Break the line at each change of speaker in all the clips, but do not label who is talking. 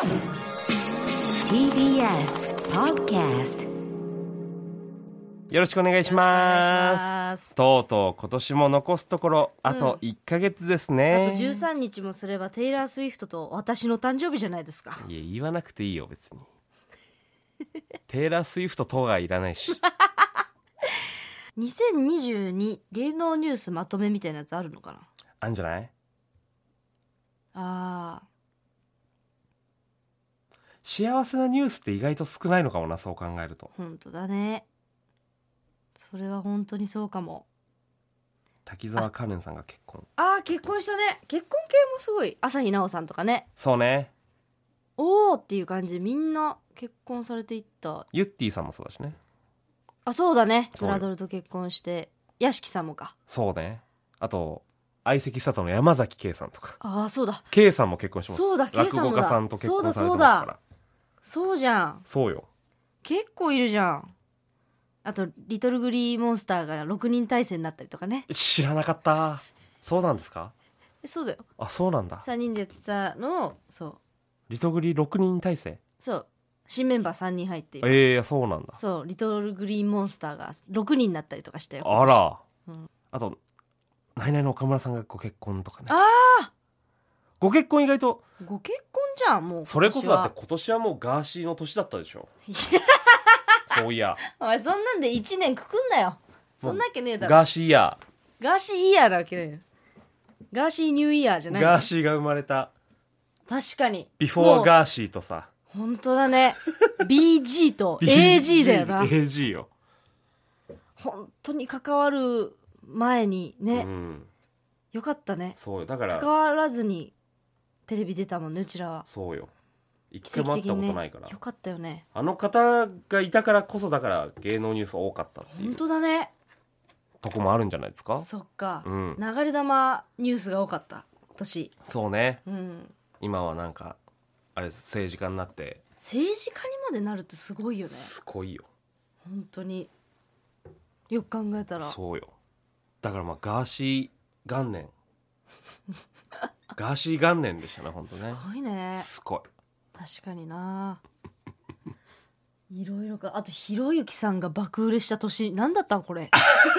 TBS Podcast。
よろしくお願いします。とうとう今年も残すところあと1ヶ月ですね、
あと13日もすればテイラー・スウィフトと私の誕生日じゃないですか。
いや言わなくていいよ別にテイラー・スウィフトとがいらないし
2022芸能ニュースまとめみたいなやつあるのかな。
あんじゃない。幸せなニュースって意外と少ないのかもな、そう考えると。
本当だね、それは本当にそうかも。
滝沢カレンさんが結婚。
結婚したね。結婚系もすごい。朝日奈央さんとかね。
そうね。
おーっていう感じでみんな結婚されていった。
ユッティさんもそうだしね。
そうだね。
そうよ
ブラドルと結婚して屋敷さんもか。
そうね。あと相席スタートの山崎圭さんとか。
そうだ
K さんも結婚します。
そうだ K さんもだ。
落語家さんと結婚されてます
そう
から。
だそうじゃん。
そうよ。
結構いるじゃん。あとリトルグリーモンスターが6人体制になったりとかね。
知らなかった。そうなんですか。
そうだよ。
そうなんだ。
3人でやってたのを
リトグリ6人体制。
新メンバー3人入っている。
そうなんだ。
リトルグリーンモンスターが6人になったりとかしたよ。
あら、あとナイナイの岡村さんがご結婚とかね。ご結婚意外と。
ご結婚じゃん。もう
それこそだって今年はもうガーシーの年だったでしょそういや
お前そんなんで1年くくんなよ。そんなわけねえだろ。
ガーシーイヤ
ガーシーイヤーなわけねえよ。ガーシーニューイヤーじゃないの。
ガーシーが生まれた
確かに
ビフォーガーシーとさ。
本当だねBG と AG だよな。
AG よ。
本当に関わる前にね、よかったね。
そうよ。だから
関わらずにテレビ出たもんね、うちらは。
そうよ。一回も会ったことないから、
よかったよね。
あの方がいたからこそだから芸能ニュース多かったっていう
本当だね。
とこもあるんじゃないですか。
そっか、
流
れ玉ニュースが多かった年。
そうね、
今
はなんかあれ政治家になって。
政治家にまでなるってすごいよね。
すごいよ
本当に。よく考えたら
そうよ。だからガーシー元年ガーシー元年でしたね本当ね。
すごいね。
すごい。
確かにないろいろか。あとひろゆきさんが爆売れした年何だったんこれ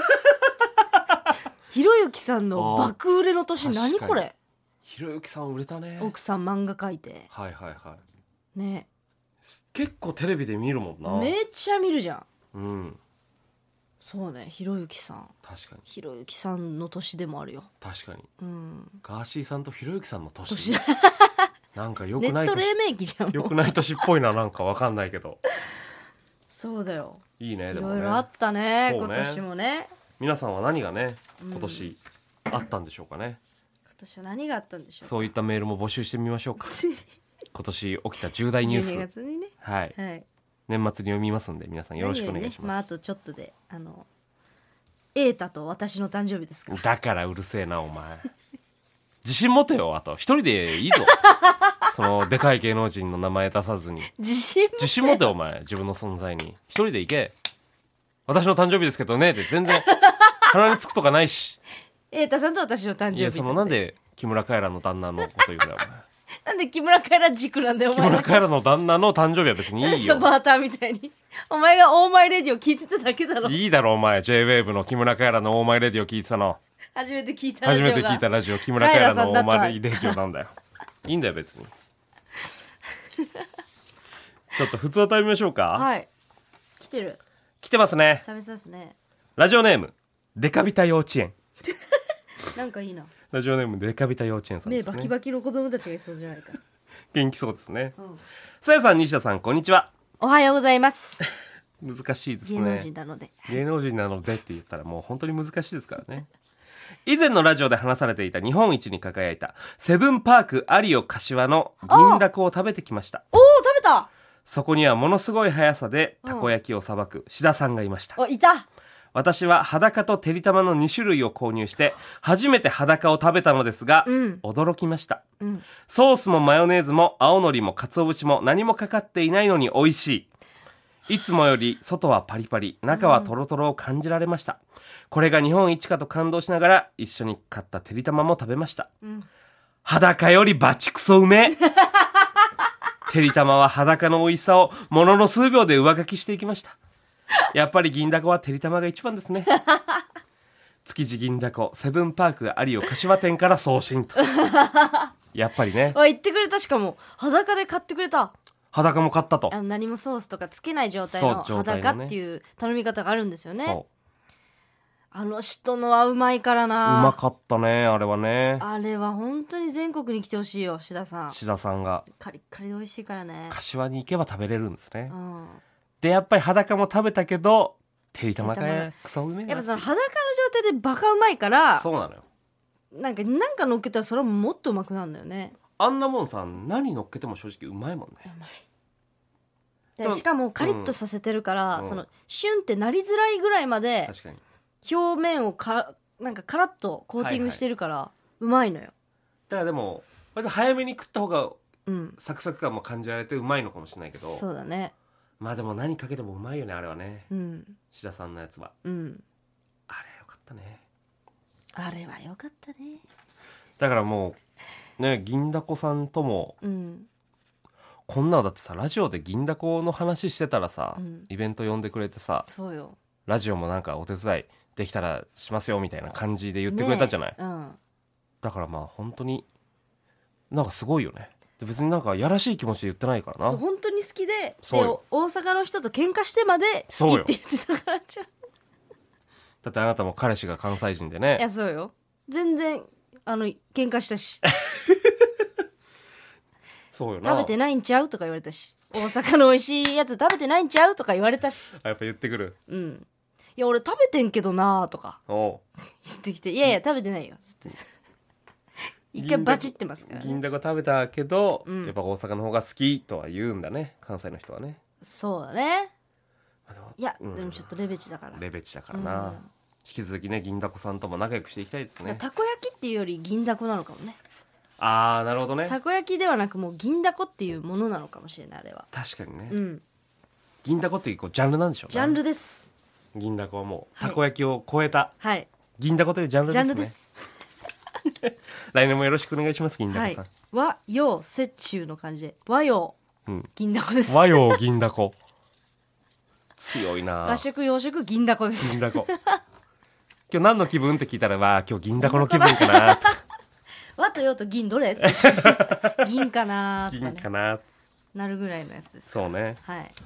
ひろゆきさんの爆売れの年何これ。
ひろゆきさん売れたね。
奥さん漫画描いて。ね。
結構テレビで見るもんな。
めっちゃ見るじゃ
ん。
そうね。ひろゆきさん。
確かに
ひろゆきさんの年でもあるよ。
確かに。ガーシーさんとひろゆきさんの年なんかよ
ネ
くない
ット黎明期じゃん。
よくない年っぽいな。なんかわかんないけど
そうだよ。
いいね。で
い
もね
ろいろあったね
そうね。
今年もね。
皆さんは何がね今年あったんでしょうかね。
今年は何があったんでしょうか。
そういったメールも募集してみましょうか今年起きた重大ニュース
12月にね。
はい、年末に読みますんで皆さんよろしくお願いします。
あとちょっとで瑛太と私の誕生日ですから。
だからうるせえなお前自信持てよ。あと一人でいいぞそのでかい芸能人の名前出さずに
自信
持てお前。自分の存在に一人で行け。私の誕生日ですけどねって全然鼻につくとかないし
瑛太さんと私の誕生日。
いやなんで木村カエラの旦那のこと言うんだよお前
なんで木村カエラ軸なんだよお前。
木村カエラの旦那の誕生日は別にいいよ。
バーターみたいにお前がオーマイレディを聞いてただけだろ。
いいだろお前。 J-WAVE の木村カエラのオーマイレディを聞いてたの。
初めて聞いたラジオが
初めて聞いたラジオ木村カエラのオーマイレディオなんだよいいんだよ別にちょっと普通歌いましょうか。
はい。来て
ますね。
久々ですね。
ラジオネームデカビタ幼稚園
なんかいいな。
ラジオネームデカビタ幼稚園さんですね。
目バキバキの子供たちがいそうじゃないか。
元気そうですね。さやさん西田さんこんにちは。
おはようございます
難しいですね。
芸能人なので。
芸能人なのでって言ったらもう本当に難しいですからね。以前のラジオで話されていた日本一に輝いたセブンパーク有オ柏の銀だこを食べてきました。
おお、食べた。
そこにはものすごい速さでたこ焼きをさばく志田さんがいました。
いた。
私は裸とてりたまの2種類を購入して初めて裸を食べたのですが、驚きました、ソースもマヨネーズも青のりも鰹節も何もかかっていないのに美味しい。いつもより外はパリパリ中はトロトロを感じられました、これが日本一かと感動しながら一緒に買ったてりたまも食べました、裸よりバチクソうめてりたまは裸の美味しさをものの数秒で上書きしていきました。やっぱり銀だこはてりたまが一番ですね。築地銀だこセブンパークが有岡柏店から送信と。やっぱりね。
言ってくれた。しかも裸で買ってくれた。
裸も買ったと。
何もソースとかつけない状態の裸っていう頼み方があるんですよね。
そう
あの人のはうまいからな。
うまかったね、あれはね。
あれは本当に全国に来てほしいよ、志田さん。
志田さんが
カリッカリで美味しいからね。
柏に行けば食べれるんですね。
うん、
でやっぱり裸も食べたけどてりたまがクソうめえな。
やっぱその裸の状態でバカうまいから、
そうなのよ。
なんか乗っけたらそれはもっとうまくなるんだよね。
あんなもんさ、何乗っけても正直うまいもんね。
うまい。でしかもカリッとさせてるから、
うん、
そのシュンってなりづらいぐらいまで
確かに
表面をなんかカラッとコーティングしてるから、うまいのよ。
だからでも割と早めに食った方が
うん、
サクサク感も感じられてうまいのかもしれないけど、
そうだね。
まあでも何かけてもうまいよね、あれはね。
うん、
志田さんのやつは、
うん、
あれよかったね。
あれはよかったね。
だからもうね、銀だこさんとも、
うん、
こんなのだってさ、ラジオで銀だこの話してたらさ、
うん、
イベント呼んでくれてさ、
そうよ。
ラジオもなんかお手伝いできたらしますよみたいな感じで言ってくれたじゃない、
ね、うん、
だからまあ本当になんかすごいよね。で別になんかやらしい気持ちで言ってないからな。
そう本当に好きで、
そうよ。
大阪の人と喧嘩してまで好きって言ってたからじゃん。
だってあなたも彼氏が関西人でね。
いやそうよ。全然喧嘩したし。
そうよな。
食べてないんちゃうとか言われたし、大阪の美味しいやつ食べてないんちゃうとか言われたし。
あ、やっぱ言ってくる。
うん。いや俺食べてんけどなとか
おう
言ってきて、いやいや食べてないよつって一回バチってますからね。
銀だこ食べたけど、
うん、
やっぱ大阪の方が好きとは言うんだね、関西の人はね。
そうだね。いや、
うん、
でもちょっとレベチだから。
レベチだからな、引き続きね銀だこさんとも仲良くしていきたいですね。
たこ焼きっていうより銀だこなのかもね。
あーなるほどね。
たこ焼きではなくもう銀だこっていうものなのかもしれない、あれは。
確かにね、
うん、
銀だこっていうジャンルなんでしょうね。
ジャンルです。
銀だこはもうたこ焼きを超えた、
はい、
銀だこというジャンルですね。
ジャンルです。
来年もよろしくお願いします、銀だこさん。
はい、和洋折衷の感じで和洋、うん、銀だこです。
和洋銀だこ強いな。
和食洋食銀だこです。
銀だこ今日何の気分って聞いたら、わあ今日銀だこの気分かな。
和と洋と銀どれって銀かなとか、ね、
銀かな
なるぐらいのやつです。
そうね。
はい。